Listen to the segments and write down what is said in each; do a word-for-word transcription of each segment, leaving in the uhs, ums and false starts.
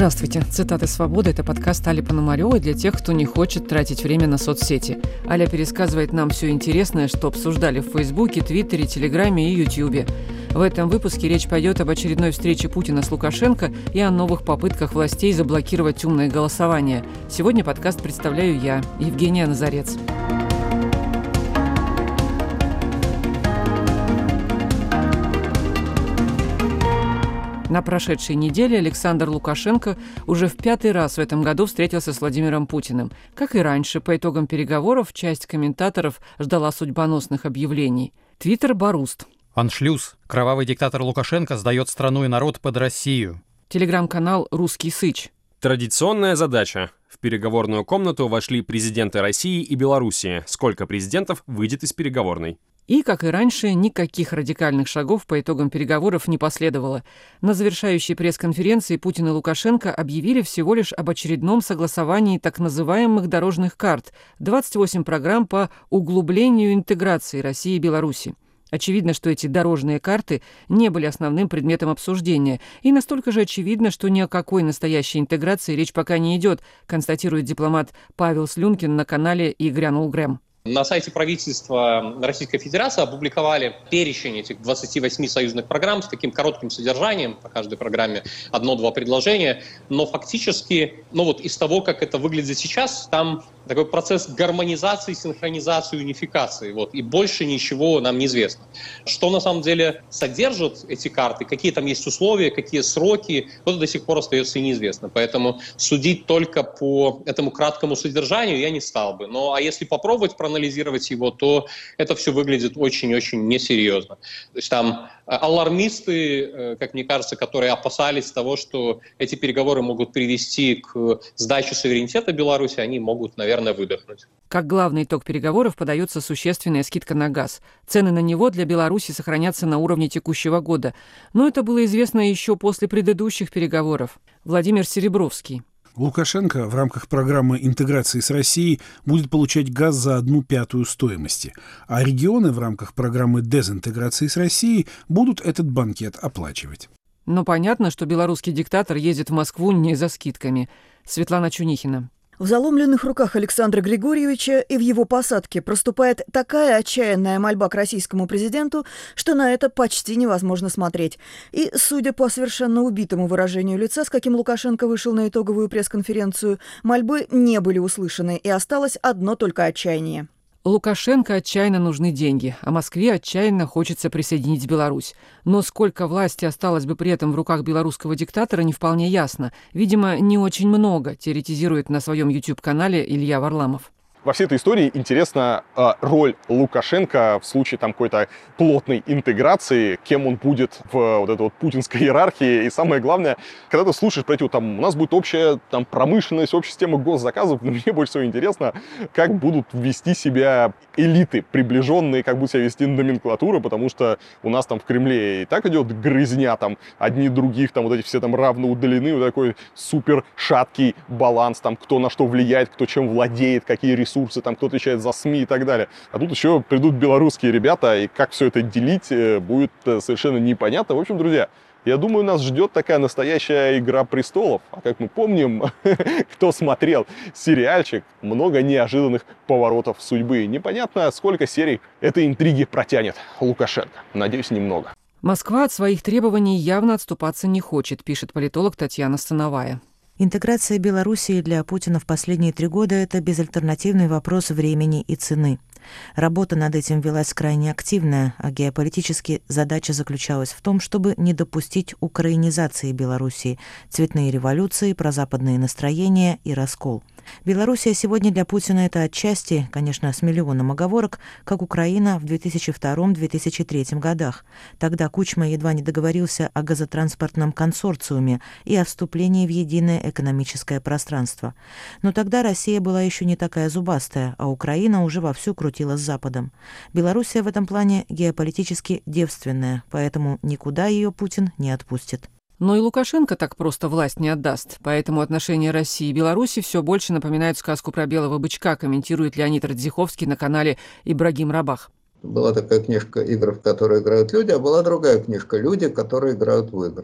Здравствуйте. Цитаты «Свободы» — это подкаст Али Пономарёвой для тех, кто не хочет тратить время на соцсети. Аля пересказывает нам все интересное, что обсуждали в Фейсбуке, Твиттере, Телеграме и Ютьюбе. В этом выпуске речь пойдет об очередной встрече Путина с Лукашенко и о новых попытках властей заблокировать умное голосование. Сегодня подкаст представляю я, Евгения Назарец. На прошедшей неделе Александр Лукашенко уже в пятый раз в этом году встретился с Владимиром Путиным. Как и раньше, по итогам переговоров часть комментаторов ждала судьбоносных объявлений. Твиттер Баруст. Аншлюз. Кровавый диктатор Лукашенко сдает страну и народ под Россию. Телеграм-канал «Русский Сыч». Традиционная задача. В переговорную комнату вошли президенты России и Белоруссии. Сколько президентов выйдет из переговорной? И, как и раньше, никаких радикальных шагов по итогам переговоров не последовало. На завершающей пресс-конференции Путин и Лукашенко объявили всего лишь об очередном согласовании так называемых дорожных карт – двадцать восемь программ по углублению интеграции России и Беларуси. Очевидно, что эти дорожные карты не были основным предметом обсуждения. И настолько же очевидно, что ни о какой настоящей интеграции речь пока не идет, констатирует дипломат Павел Слюнкин на канале «И грянул Грэм». На сайте правительства Российской Федерации опубликовали перечень этих двадцати восьми союзных программ с таким коротким содержанием, по каждой программе одно-два предложения, но фактически, ну вот из того, как это выглядит сейчас, там такой процесс гармонизации, синхронизации, унификации, вот, и больше ничего нам не известно. Что на самом деле содержат эти карты, какие там есть условия, какие сроки, вот до сих пор остается неизвестно. Поэтому судить только по этому краткому содержанию я не стал бы. Но а если попробовать проанализировать его, то это все выглядит очень-очень несерьезно. То есть там алармисты, как мне кажется, которые опасались того, что эти переговоры могут привести к сдаче суверенитета Беларуси, они могут, наверное, выдохнуть. Как главный итог переговоров подается существенная скидка на газ. Цены на него для Беларуси сохранятся на уровне текущего года. Но это было известно еще после предыдущих переговоров. Владимир Серебровский. Лукашенко в рамках программы интеграции с Россией будет получать газ за одну пятую стоимости, а регионы в рамках программы дезинтеграции с Россией будут этот банкет оплачивать. Но понятно, что белорусский диктатор ездит в Москву не за скидками. Светлана Чунихина. В заломленных руках Александра Григорьевича и в его посадке проступает такая отчаянная мольба к российскому президенту, что на это почти невозможно смотреть. И, судя по совершенно убитому выражению лица, с каким Лукашенко вышел на итоговую пресс-конференцию, мольбы не были услышаны, и осталось одно только отчаяние. Лукашенко отчаянно нужны деньги, а Москве отчаянно хочется присоединить Беларусь. Но сколько власти осталось бы при этом в руках белорусского диктатора, не вполне ясно. Видимо, не очень много, теоретизирует на своем YouTube-канале Илья Варламов. Во всей этой истории интересна э, роль Лукашенко в случае там какой-то плотной интеграции, кем он будет в вот этой вот путинской иерархии. И самое главное, когда ты слушаешь про эти, там, у нас будет общая там, промышленность, общая система госзаказов, но мне больше всего интересно, как будут вести себя элиты, приближенные, как будет себя вести номенклатура, потому что у нас там в Кремле и так идет грызня, там, одни других, там, вот эти все там равно удалены, вот такой супер шаткий баланс, там, кто на что влияет, кто чем владеет, какие ресурсы. ресурсы, там кто отвечает за СМИ и так далее. А тут еще придут белорусские ребята, и как все это делить, будет совершенно непонятно. В общем, друзья, я думаю, нас ждет такая настоящая «Игра престолов». А как мы помним, кто смотрел сериальчик, много неожиданных поворотов судьбы. Непонятно, сколько серий этой интриги протянет Лукашенко. Надеюсь, немного. Москва от своих требований явно отступаться не хочет, пишет политолог Татьяна Становая. Интеграция Белоруссии для Путина в последние три года – это безальтернативный вопрос времени и цены. Работа над этим велась крайне активная, а геополитически задача заключалась в том, чтобы не допустить украинизации Белоруссии, цветные революции, прозападные настроения и раскол. Белоруссия сегодня для Путина – это отчасти, конечно, с миллионом оговорок, как Украина в две тысячи втором — две тысячи третьем годах. Тогда Кучма едва не договорился о газотранспортном консорциуме и о вступлении в единое экономическое пространство. Но тогда Россия была еще не такая зубастая, а Украина уже вовсю крутила с Западом. Белоруссия в этом плане геополитически девственная, поэтому никуда ее Путин не отпустит. Но и Лукашенко так просто власть не отдаст. Поэтому отношения России и Беларуси все больше напоминают сказку про белого бычка, комментирует Леонид Радзиховский на канале Ибрагим Рабах. Была такая книжка «Игры, в которые играют люди», а была другая книжка «Люди, которые играют в игры».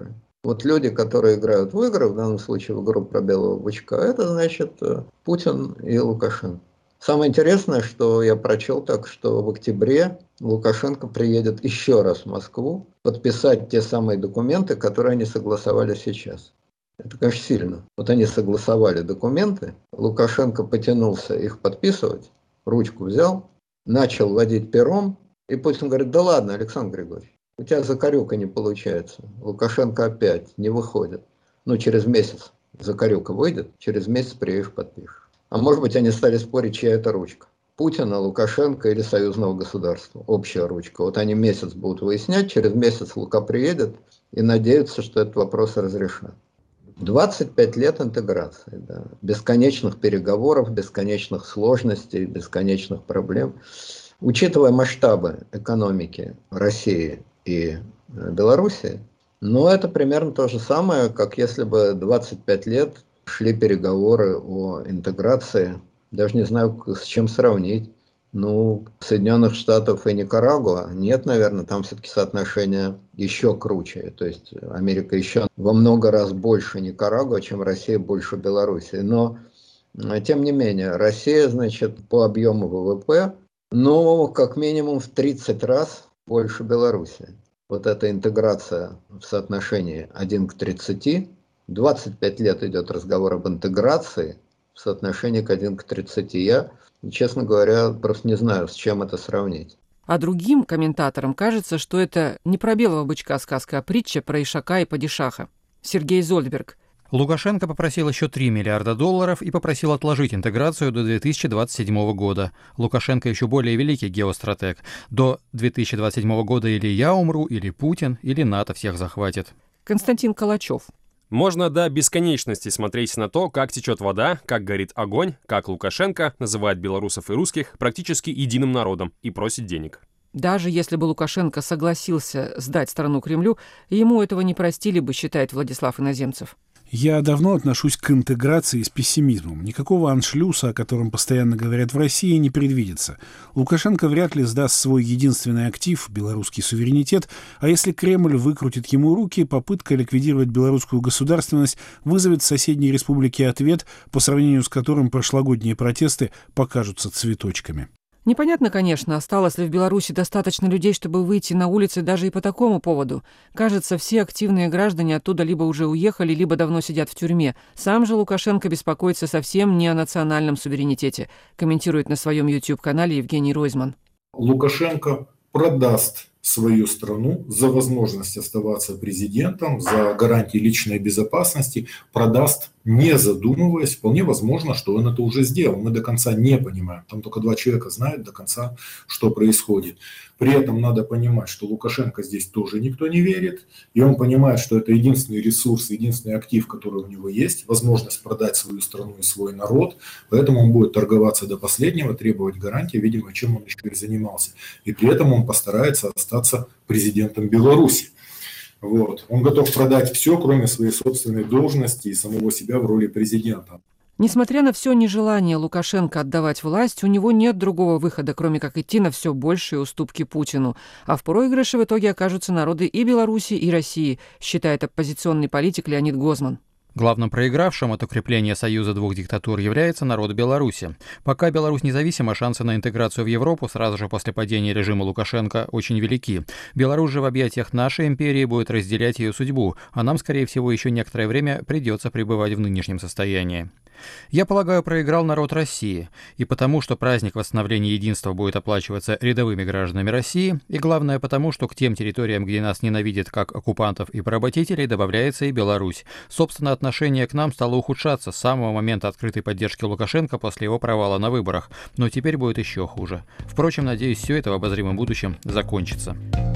Вот люди, которые играют в игры, в данном случае в игру про белого бычка, это значит Путин и Лукашенко. Самое интересное, что я прочел так, что в октябре Лукашенко приедет еще раз в Москву подписать те самые документы, которые они согласовали сейчас. Это, конечно, сильно. Вот они согласовали документы, Лукашенко потянулся их подписывать, ручку взял, начал водить пером, и Путин говорит: да ладно, Александр Григорьевич, у тебя закорюка не получается. Лукашенко опять не выходит. Ну, через месяц закорюка выйдет, через месяц приедешь, подпишешь. А может быть, они стали спорить, чья это ручка. Путина, Лукашенко или союзного государства. Общая ручка. Вот они месяц будут выяснять, через месяц Лука приедет и надеются, что этот вопрос разрешат. двадцать пять лет интеграции, да. Бесконечных переговоров, бесконечных сложностей, бесконечных проблем. Учитывая масштабы экономики России и Белоруссии, но это примерно то же самое, как если бы двадцать пять лет шли переговоры о интеграции. Даже не знаю, с чем сравнить. Ну, Соединенных Штатов и Никарагуа нет, наверное, там все-таки соотношение еще круче. То есть Америка еще во много раз больше Никарагуа, чем Россия больше Белоруссии. Но, тем не менее, Россия, значит, по объему ВВП, ну, как минимум в тридцать раз больше Белоруссии. Вот эта интеграция в соотношении один к тридцати. двадцать пять лет идет разговор об интеграции в соотношении к один к тридцати. Я, честно говоря, просто не знаю, с чем это сравнить. А другим комментаторам кажется, что это не про белого бычка сказка, а притча про Ишака и Падишаха. Сергей Зольдберг. Лукашенко попросил еще три миллиарда долларов и попросил отложить интеграцию до две тысячи двадцать седьмого года. Лукашенко еще более великий геостратег. До две тысячи двадцать седьмого года или я умру, или Путин, или НАТО всех захватит. Константин Калачев. Можно до бесконечности смотреть на то, как течет вода, как горит огонь, как Лукашенко называет белорусов и русских практически единым народом и просит денег. Даже если бы Лукашенко согласился сдать страну Кремлю, ему этого не простили бы, считает Владислав Иноземцев. Я давно отношусь к интеграции с пессимизмом. Никакого аншлюса, о котором постоянно говорят в России, не предвидится. Лукашенко вряд ли сдаст свой единственный актив – белорусский суверенитет, а если Кремль выкрутит ему руки, попытка ликвидировать белорусскую государственность вызовет в соседней республике ответ, по сравнению с которым прошлогодние протесты покажутся цветочками. Непонятно, конечно, осталось ли в Беларуси достаточно людей, чтобы выйти на улицы даже и по такому поводу. Кажется, все активные граждане оттуда либо уже уехали, либо давно сидят в тюрьме. Сам же Лукашенко беспокоится совсем не о национальном суверенитете, комментирует на своем YouTube-канале Евгений Ройзман. Лукашенко продаст свою страну за возможность оставаться президентом, за гарантии личной безопасности, продаст, не задумываясь. Вполне возможно, что он это уже сделал. Мы до конца не понимаем. Там только два человека знают до конца, что происходит. При этом надо понимать, что Лукашенко здесь тоже никто не верит. И он понимает, что это единственный ресурс, единственный актив, который у него есть. Возможность продать свою страну и свой народ. Поэтому он будет торговаться до последнего, требовать гарантии, видимо, чем он еще и занимался. И при этом он постарается остаться президентом Беларуси. Вот. Он готов продать все, кроме своей собственной должности и самого себя в роли президента. Несмотря на все нежелание Лукашенко отдавать власть, у него нет другого выхода, кроме как идти на все большие уступки Путину. А в проигрыше в итоге окажутся народы и Беларуси, и России, считает оппозиционный политик Леонид Гозман. Главным проигравшим от укрепления союза двух диктатур является народ Беларуси. Пока Беларусь независима, шансы на интеграцию в Европу сразу же после падения режима Лукашенко очень велики. Беларусь же в объятиях нашей империи будет разделять ее судьбу, а нам, скорее всего, еще некоторое время придется пребывать в нынешнем состоянии. Я полагаю, проиграл народ России, и потому, что праздник восстановления единства будет оплачиваться рядовыми гражданами России, и главное потому, что к тем территориям, где нас ненавидят как оккупантов и поработителей, добавляется и Беларусь. Собственно, отношение к нам стало ухудшаться с самого момента открытой поддержки Лукашенко после его провала на выборах, но теперь будет еще хуже. Впрочем, надеюсь, все это в обозримом будущем закончится.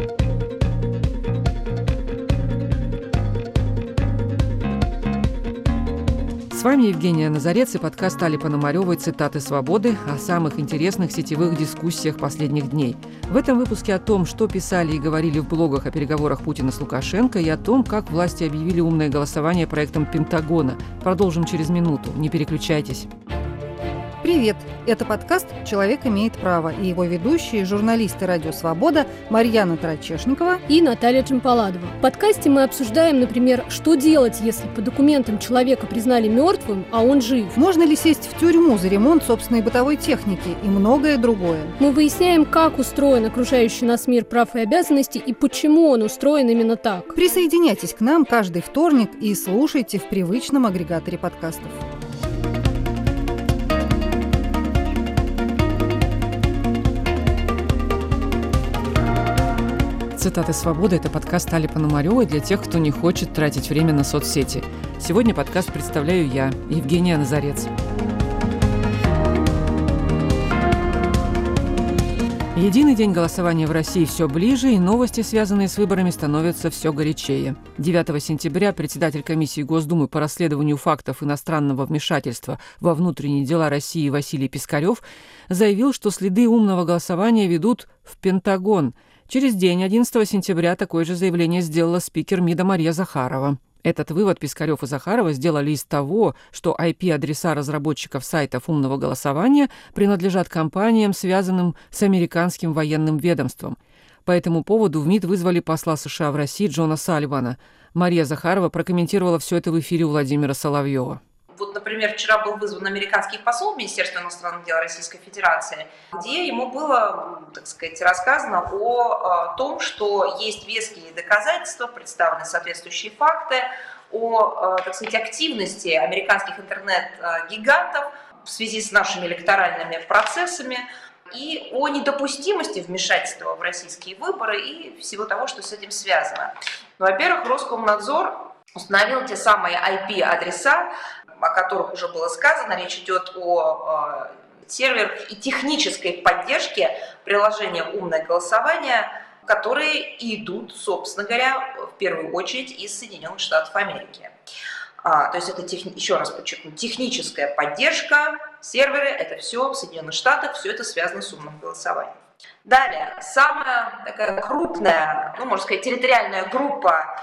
С вами Евгения Назарец и подкаст Али Пономарёвой «Цитаты свободы» о самых интересных сетевых дискуссиях последних дней. В этом выпуске о том, что писали и говорили в блогах о переговорах Путина с Лукашенко, и о том, как власти объявили умное голосование проектом Пентагона. Продолжим через минуту. Не переключайтесь. Привет! Это подкаст «Человек имеет право» и его ведущие, журналисты «Радио Свобода» Марьяна Трачешникова и Наталья Джампаладова. В подкасте мы обсуждаем, например, что делать, если по документам человека признали мертвым, а он жив. Можно ли сесть в тюрьму за ремонт собственной бытовой техники и многое другое. Мы выясняем, как устроен окружающий нас мир прав и обязанностей и почему он устроен именно так. Присоединяйтесь к нам каждый вторник и слушайте в привычном агрегаторе подкастов. «Цитаты свободы» — это подкаст Али Пономарёвой для тех, кто не хочет тратить время на соцсети. Сегодня подкаст представляю я, Евгения Назарец. Единый день голосования в России все ближе, и новости, связанные с выборами, становятся все горячее. девятого сентября председатель комиссии Госдумы по расследованию фактов иностранного вмешательства во внутренние дела России Василий Пискарев заявил, что следы умного голосования ведут в Пентагон. Через день, одиннадцатого сентября, такое же заявление сделала спикер МИДа Мария Захарова. Этот вывод Пискарев и Захарова сделали из того, что ай пи-адреса разработчиков сайтов умного голосования принадлежат компаниям, связанным с американским военным ведомством. По этому поводу в МИД вызвали посла США в России Джона Салливана. Мария Захарова прокомментировала все это в эфире у Владимира Соловьева. Вот, например, вчера был вызван американский посол Министерства иностранных дел Российской Федерации, где ему было, так сказать, рассказано о, о том, что есть веские доказательства, представлены соответствующие факты о, так сказать, активности американских интернет-гигантов в связи с нашими электоральными процессами и о недопустимости вмешательства в российские выборы и всего того, что с этим связано. Во-первых, Роскомнадзор установил те самые ай пи-адреса, о которых уже было сказано. Речь идет о э, серверах и технической поддержке приложения «Умное голосование», которые идут, собственно говоря, в первую очередь из Соединенных Штатов Америки. А, то есть это, тех, еще раз подчеркну, техническая поддержка, серверы, это все в Соединенных Штатах, все это связано с умным голосованием. Далее, самая такая крупная, ну, можно сказать, территориальная группа,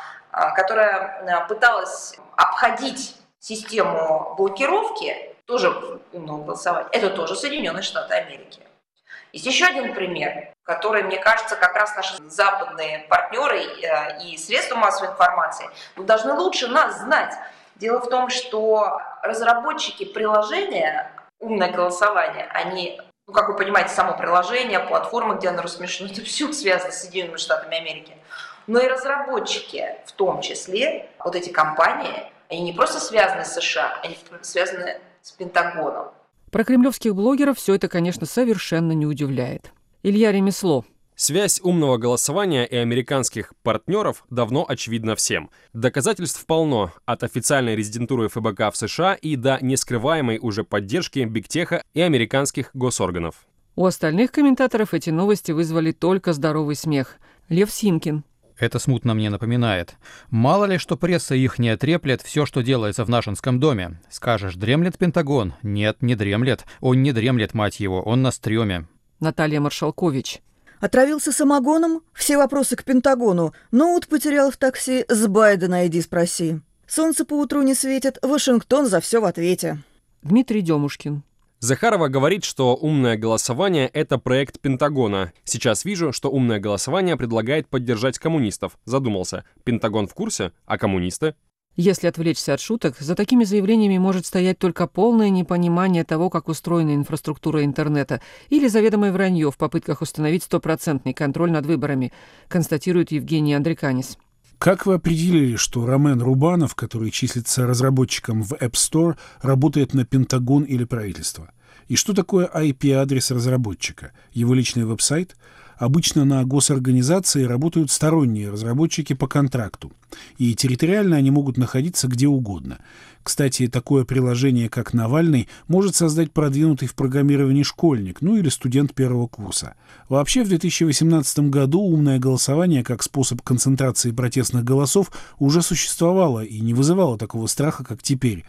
которая пыталась обходить систему блокировки, тоже умного голосования, это тоже Соединенные Штаты Америки. Есть еще один пример, который, мне кажется, как раз наши западные партнеры и средства массовой информации должны лучше нас знать. Дело в том, что разработчики приложения «Умное голосование», они, ну, как вы понимаете, само приложение, платформа, где оно размещено, это все связано с Соединенными Штатами Америки. Но и разработчики, в том числе, вот эти компании, они не просто связаны с США, они связаны с Пентагоном. Про кремлевских блогеров все это, конечно, совершенно не удивляет. Илья Ремесло. Связь умного голосования и американских партнеров давно очевидна всем. Доказательств полно, от официальной резидентуры эф бэ ка в США и до нескрываемой уже поддержки бигтеха и американских госорганов. У остальных комментаторов эти новости вызвали только здоровый смех. Лев Синкин. Это смутно мне напоминает. Мало ли, что пресса их не отреплет все, что делается в нашинском доме. Скажешь, дремлет Пентагон? Нет, не дремлет. Он не дремлет, мать его, он на стреме. Наталья Маршалкович. Отравился самогоном? Все вопросы к Пентагону. Ноут потерял в такси, с Байдена иди спроси. Солнце поутру не светит, Вашингтон за все в ответе. Дмитрий Демушкин. Захарова говорит, что умное голосование – это проект Пентагона. Сейчас вижу, что умное голосование предлагает поддержать коммунистов. Задумался. Пентагон в курсе? А коммунисты? Если отвлечься от шуток, за такими заявлениями может стоять только полное непонимание того, как устроена инфраструктура интернета, или заведомое вранье в попытках установить стопроцентный контроль над выборами, констатирует Евгений Андреканис. Как вы определили, что Ромен Рубанов, который числится разработчиком в App Store, работает на Пентагон или правительство? И что такое ай пи-адрес разработчика? Его личный веб-сайт? Обычно на госорганизации работают сторонние разработчики по контракту, и территориально они могут находиться где угодно. Кстати, такое приложение, как «Навальный», может создать продвинутый в программировании школьник, ну или студент первого курса. Вообще, в две тысячи восемнадцатом году умное голосование как способ концентрации протестных голосов уже существовало и не вызывало такого страха, как теперь.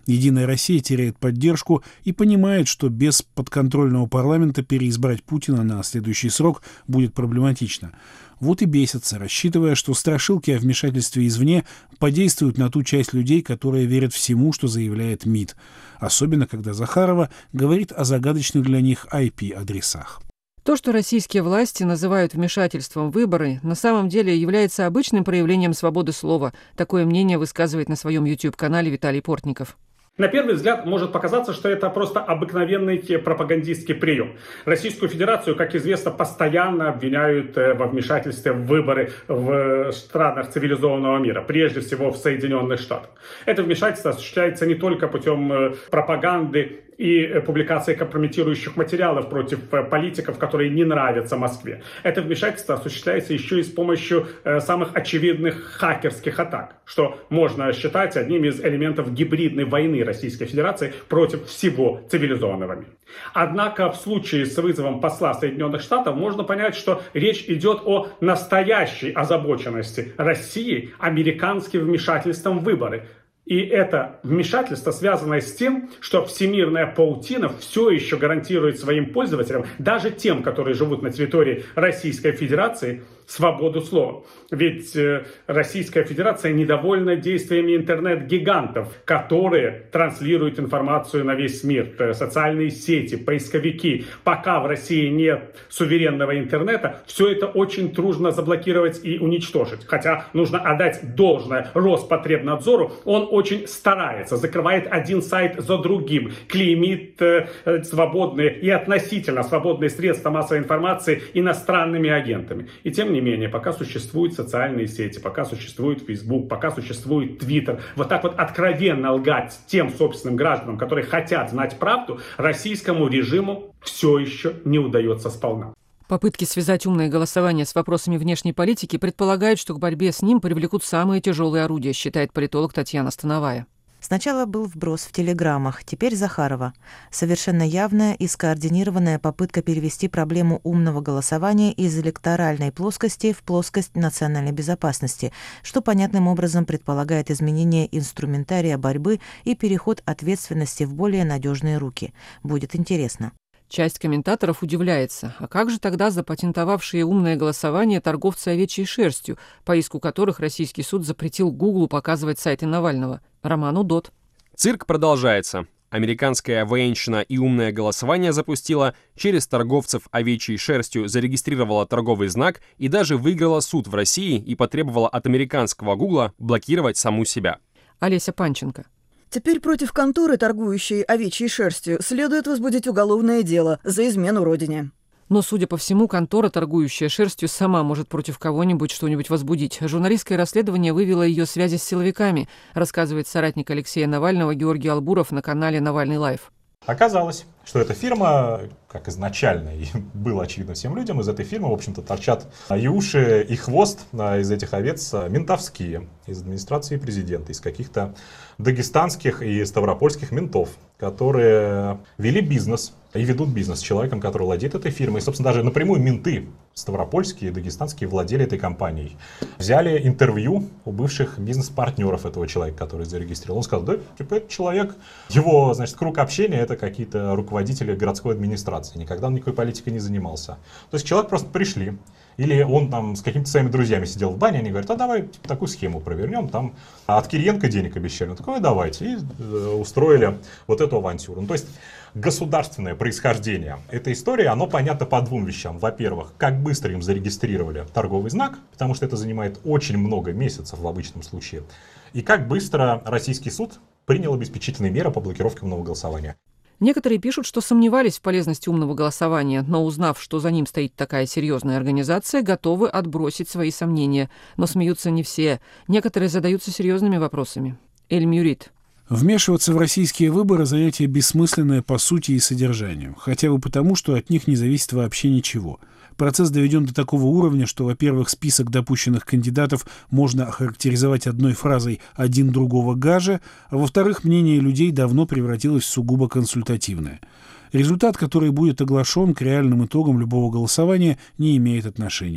«Единая Россия» теряет поддержку и понимает, что без подконтрольного парламента переизбрать Путина на следующий срок будет проблематично. Вот и бесятся, рассчитывая, что страшилки о вмешательстве извне подействуют на ту часть людей, которая верит всему, что заявляет МИД. Особенно, когда Захарова говорит о загадочных для них ай пи-адресах. То, что российские власти называют вмешательством в выборы, на самом деле является обычным проявлением свободы слова. Такое мнение высказывает на своем YouTube-канале Виталий Портников. На первый взгляд может показаться, что это просто обыкновенный пропагандистский прием. Российскую Федерацию, как известно, постоянно обвиняют во вмешательстве в выборы в странах цивилизованного мира, прежде всего в Соединенных Штатах. Это вмешательство осуществляется не только путем пропаганды и публикации компрометирующих материалов против политиков, которые не нравятся Москве. Это вмешательство осуществляется еще и с помощью э, самых очевидных хакерских атак, что можно считать одним из элементов гибридной войны Российской Федерации против всего цивилизованного мира. Однако в случае с вызовом посла Соединенных Штатов можно понять, что речь идет о настоящей озабоченности России американским вмешательством в выборы. И это вмешательство связано с тем, что всемирная паутина все еще гарантирует своим пользователям, даже тем, которые живут на территории Российской Федерации, свободу слова. Ведь э, Российская Федерация недовольна действиями интернет-гигантов, которые транслируют информацию на весь мир. Социальные сети, поисковики. Пока в России нет суверенного интернета, все это очень трудно заблокировать и уничтожить. Хотя нужно отдать должное Роспотребнадзору, он очень старается, закрывает один сайт за другим, клеймит э, свободные и относительно свободные средства массовой информации иностранными агентами. И тем не Не менее, пока существуют социальные сети, пока существует Facebook, пока существует Twitter, вот так вот откровенно лгать тем собственным гражданам, которые хотят знать правду, российскому режиму все еще не удается сполна. Попытки связать умное голосование с вопросами внешней политики предполагают, что к борьбе с ним привлекут самые тяжелые орудия, считает политолог Татьяна Становая. Сначала был вброс в телеграммах, теперь Захарова. Совершенно явная и скоординированная попытка перевести проблему умного голосования из электоральной плоскости в плоскость национальной безопасности, что понятным образом предполагает изменение инструментария борьбы и переход ответственности в более надежные руки. Будет интересно. Часть комментаторов удивляется, а как же тогда запатентовавшие умное голосование торговцы овечьей шерстью, по иску которых российский суд запретил Гуглу показывать сайты Навального? Роман Удот. Цирк продолжается. Американская военщина и умное голосование запустила, через торговцев овечьей шерстью зарегистрировала торговый знак и даже выиграла суд в России и потребовала от американского Гугла блокировать саму себя. Олеся Панченко. Теперь против конторы, торгующей овечьей шерстью, следует возбудить уголовное дело за измену родине. Но, судя по всему, контора, торгующая шерстью, сама может против кого-нибудь что-нибудь возбудить. Журналистское расследование вывело ее связи с силовиками, рассказывает соратник Алексея Навального Георгий Албуров на канале «Навальный лайв». Оказалось, что эта фирма, как изначально и было очевидно всем людям, из этой фирмы, в общем-то, торчат и уши, и хвост из этих овец ментовские, из администрации президента, из каких-то дагестанских и ставропольских ментов, которые вели бизнес и ведут бизнес с человеком, который владеет этой фирмой. И, собственно, даже напрямую менты ставропольские и дагестанские владели этой компанией. Взяли интервью у бывших бизнес-партнеров этого человека, который зарегистрировал. Он сказал, да, типа, этот человек, его, значит, круг общения — это какие-то руководители городской администрации. Никогда он никакой политикой не занимался. То есть человек просто пришли. Или он там с какими-то своими друзьями сидел в бане, они говорят, а давай типа, такую схему провернем, там от Кириенко денег обещали. Он такой, давайте. И э, устроили вот эту авантюру. Ну, то есть государственное происхождение этой истории, оно понятно по двум вещам. Во-первых, как быстро им зарегистрировали торговый знак, потому что это занимает очень много месяцев в обычном случае. И как быстро российский суд принял обеспечительные меры по блокировке умного голосования. Некоторые пишут, что сомневались в полезности умного голосования, но, узнав, что за ним стоит такая серьезная организация, готовы отбросить свои сомнения. Но смеются не все. Некоторые задаются серьезными вопросами. Эль-Мюрит. Вмешиваться в российские выборы – занятие бессмысленное по сути и содержанию, хотя бы потому, что от них не зависит вообще ничего. Процесс доведен до такого уровня, что, во-первых, список допущенных кандидатов можно охарактеризовать одной фразой «один другого гаже», а во-вторых, мнение людей давно превратилось в сугубо консультативное. Результат, который будет оглашен к реальным итогам любого голосования, не имеет отношения.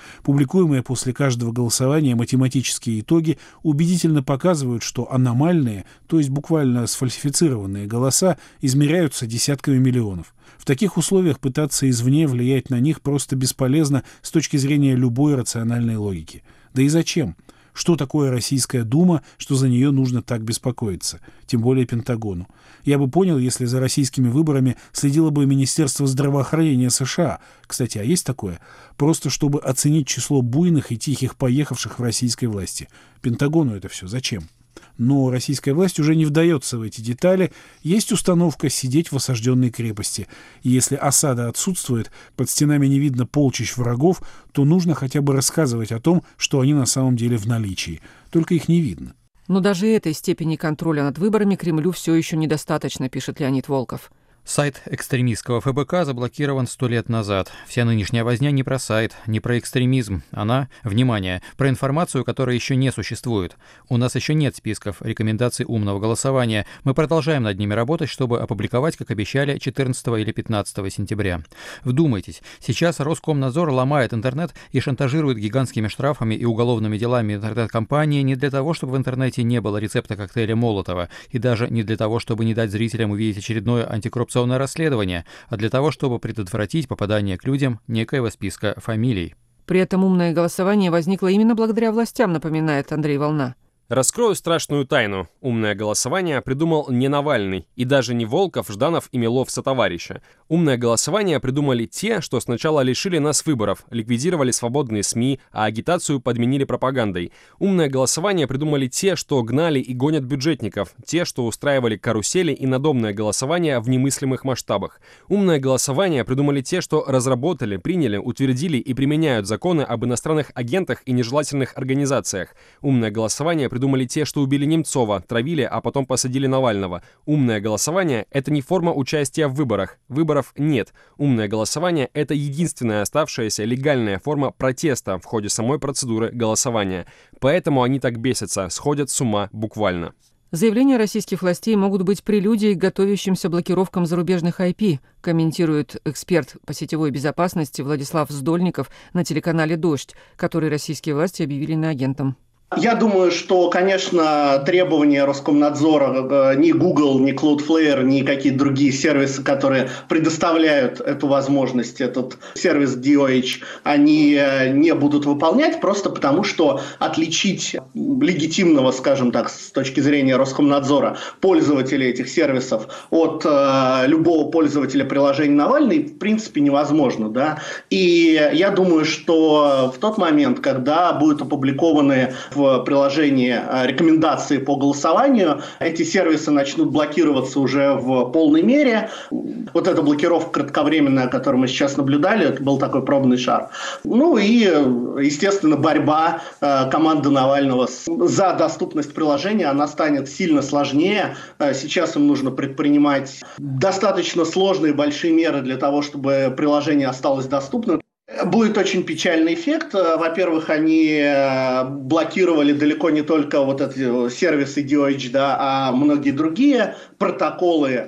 Публикуемые после каждого голосования математические итоги убедительно показывают, что аномальные, то есть буквально сфальсифицированные голоса измеряются десятками миллионов. В таких условиях пытаться извне влиять на них просто бесполезно с точки зрения любой рациональной логики. Да и зачем? Что такое Российская Дума, что за нее нужно так беспокоиться? Тем более Пентагону. Я бы понял, если за российскими выборами следило бы Министерство здравоохранения США. Кстати, а есть такое? Просто чтобы оценить число буйных и тихих поехавших в российской власти. Пентагону это все зачем? Но российская власть уже не вдается в эти детали. Есть установка сидеть в осажденной крепости. И если осада отсутствует, под стенами не видно полчищ врагов, то нужно хотя бы рассказывать о том, что они на самом деле в наличии. Только их не видно. Но даже этой степени контроля над выборами Кремлю все еще недостаточно, пишет Леонид Волков. Сайт экстремистского эф бэ ка заблокирован сто лет назад. Вся нынешняя возня не про сайт, не про экстремизм. Она, внимание, про информацию, которая еще не существует. У нас еще нет списков рекомендаций умного голосования. Мы продолжаем над ними работать, чтобы опубликовать, как обещали, четырнадцатого или пятнадцатого сентября. Вдумайтесь, сейчас Роскомнадзор ломает интернет и шантажирует гигантскими штрафами и уголовными делами интернет-компании не для того, чтобы в интернете не было рецепта коктейля Молотова, и даже не для того, чтобы не дать зрителям увидеть очередное антикоррупционное расследование, а для того, чтобы предотвратить попадание к людям некоего списка фамилий. При этом умное голосование возникло именно благодаря властям, напоминает Андрей Волна. Раскрою страшную тайну. Умное голосование придумал не Навальный, и даже не Волков, Жданов и Милов сотоварища. Умное голосование придумали те, что сначала лишили нас выборов, ликвидировали свободные СМИ, а агитацию подменили пропагандой. Умное голосование придумали те, что гнали и гонят бюджетников, те, что устраивали карусели и надомное голосование в немыслимых масштабах. Умное голосование придумали те, что разработали, приняли, утвердили и применяют законы об иностранных агентах и нежелательных организациях. Умное голосование придумали те, что убили Немцова, травили, а потом посадили Навального. Умное голосование – это не форма участия в выборах. Выборов нет. Умное голосование – это единственная оставшаяся легальная форма протеста в ходе самой процедуры голосования. Поэтому они так бесятся, сходят с ума буквально. Заявления российских властей могут быть прелюдией к готовящимся блокировкам зарубежных ай пи, комментирует эксперт по сетевой безопасности Владислав Здольников на телеканале «Дождь», который российские власти объявили иноагентом. Я думаю, что, конечно, требования Роскомнадзора, ни Google, ни Cloudflare, ни какие-то другие сервисы, которые предоставляют эту возможность, этот сервис ди о эйч, они не будут выполнять, просто потому что отличить легитимного, скажем так, с точки зрения Роскомнадзора, пользователя этих сервисов от э, любого пользователя приложения Навальный в принципе невозможно, да. И я думаю, что в тот момент, когда будут опубликованы в в приложении рекомендации по голосованию, эти сервисы начнут блокироваться уже в полной мере. Вот эта блокировка кратковременная, которую мы сейчас наблюдали, это был такой пробный шар. Ну и, естественно, борьба команды Навального за доступность приложения, она станет сильно сложнее. Сейчас им нужно предпринимать достаточно сложные большие меры для того, чтобы приложение осталось доступным. Будет очень печальный эффект. Во-первых, они блокировали далеко не только вот эти сервисы ди о эйч, да, а многие другие протоколы.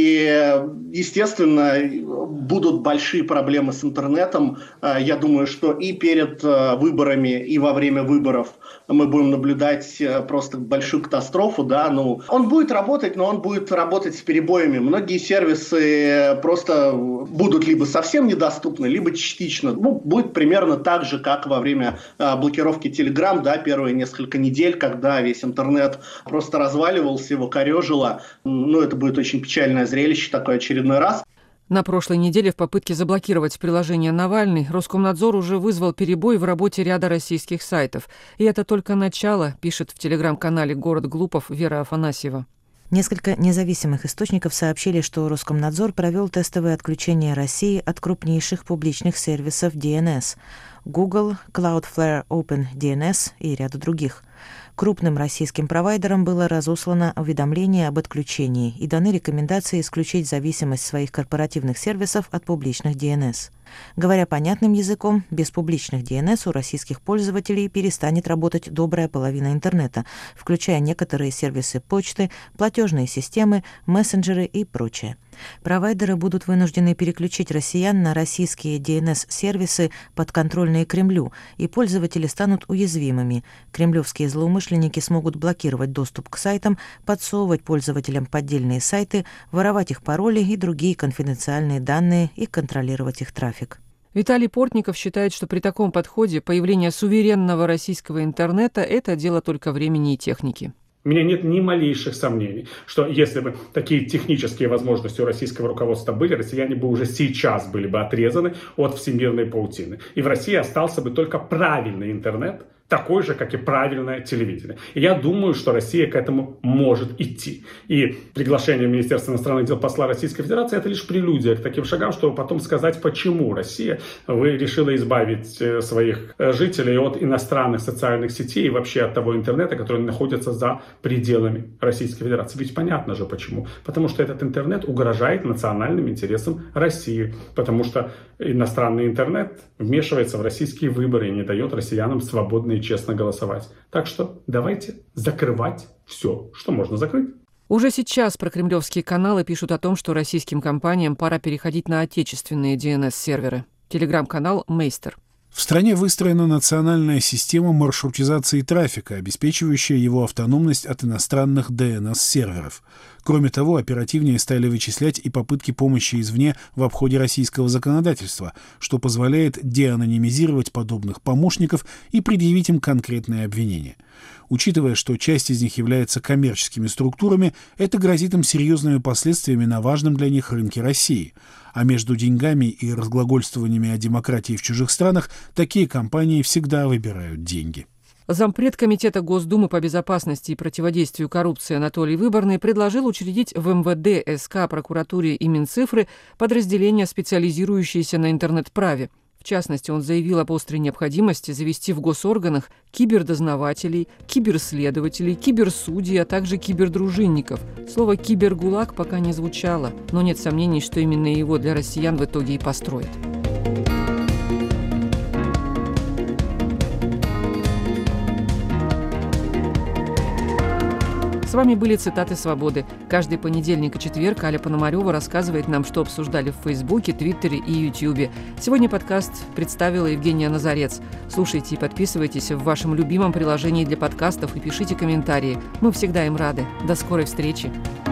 И, естественно, будут большие проблемы с интернетом. Я думаю, что и перед выборами, и во время выборов мы будем наблюдать просто большую катастрофу. Да? Ну, он будет работать, но он будет работать с перебоями. Многие сервисы просто будут либо совсем недоступны, либо частично. Ну, будет примерно так же, как во время э, блокировки Telegram, да, первые несколько недель, когда весь интернет просто разваливался, его корёжило. Ну, это будет очень печальное зрелище, такой очередной раз. На прошлой неделе в попытке заблокировать приложение «Навальный» Роскомнадзор уже вызвал перебой в работе ряда российских сайтов. И это только начало, пишет в телеграм-канале «Город Глупов» Вера Афанасьева. Несколько независимых источников сообщили, что Роскомнадзор провел тестовое отключение России от крупнейших публичных сервисов ди эн эс – Google, Cloudflare, OpenDNS и ряда других. Крупным российским провайдерам было разослано уведомление об отключении и даны рекомендации исключить зависимость своих корпоративных сервисов от публичных ди эн эс. Говоря понятным языком, без публичных ди эн эс у российских пользователей перестанет работать добрая половина интернета, включая некоторые сервисы почты, платежные системы, мессенджеры и прочее. Провайдеры будут вынуждены переключить россиян на российские ди эн эс-сервисы, подконтрольные Кремлю, и пользователи станут уязвимыми. Кремлевские злоумышленники смогут блокировать доступ к сайтам, подсовывать пользователям поддельные сайты, воровать их пароли и другие конфиденциальные данные и контролировать их трафик. Виталий Портников считает, что при таком подходе появление суверенного российского интернета – это дело только времени и техники. У меня нет ни малейших сомнений, что если бы такие технические возможности у российского руководства были, россияне бы уже сейчас были бы отрезаны от всемирной паутины. И в России остался бы только правильный интернет, такой же, как и правильное телевидение. И я думаю, что Россия к этому может идти. И приглашение Министерства иностранных дел посла Российской Федерации – это лишь прелюдия к таким шагам, чтобы потом сказать, почему Россия вы решила избавить своих жителей от иностранных социальных сетей и вообще от того интернета, который находится за пределами Российской Федерации. Ведь понятно же почему. Потому что этот интернет угрожает национальным интересам России. Потому что иностранный интернет вмешивается в российские выборы и не дает россиянам свободно и честно голосовать. Так что давайте закрывать все, что можно закрыть. Уже сейчас прокремлевские каналы пишут о том, что российским компаниям пора переходить на отечественные ди эн эс-серверы. Телеграм-канал «Мейстер». В стране выстроена национальная система маршрутизации трафика, обеспечивающая его автономность от иностранных ди эн эс-серверов. Кроме того, оперативнее стали вычислять и попытки помощи извне в обходе российского законодательства, что позволяет деанонимизировать подобных помощников и предъявить им конкретные обвинения. Учитывая, что часть из них является коммерческими структурами, это грозит им серьезными последствиями на важном для них рынке России. А между деньгами и разглагольствованиями о демократии в чужих странах такие компании всегда выбирают деньги. Зампред Комитета Госдумы по безопасности и противодействию коррупции Анатолий Выборный предложил учредить в эм вэ дэ, эс ка, прокуратуре и Минцифры подразделения, специализирующиеся на интернет-праве. В частности, он заявил об острой необходимости завести в госорганах кибердознавателей, киберследователей, киберсудей, а также кибердружинников. Слово «кибергулаг» пока не звучало, но нет сомнений, что именно его для россиян в итоге и построят. С вами были «Цитаты свободы». Каждый понедельник и четверг Аля Пономарева рассказывает нам, что обсуждали в Фейсбуке, Твиттере и Ютьюбе. Сегодня подкаст представила Евгения Назарец. Слушайте и подписывайтесь в вашем любимом приложении для подкастов и пишите комментарии. Мы всегда им рады. До скорой встречи.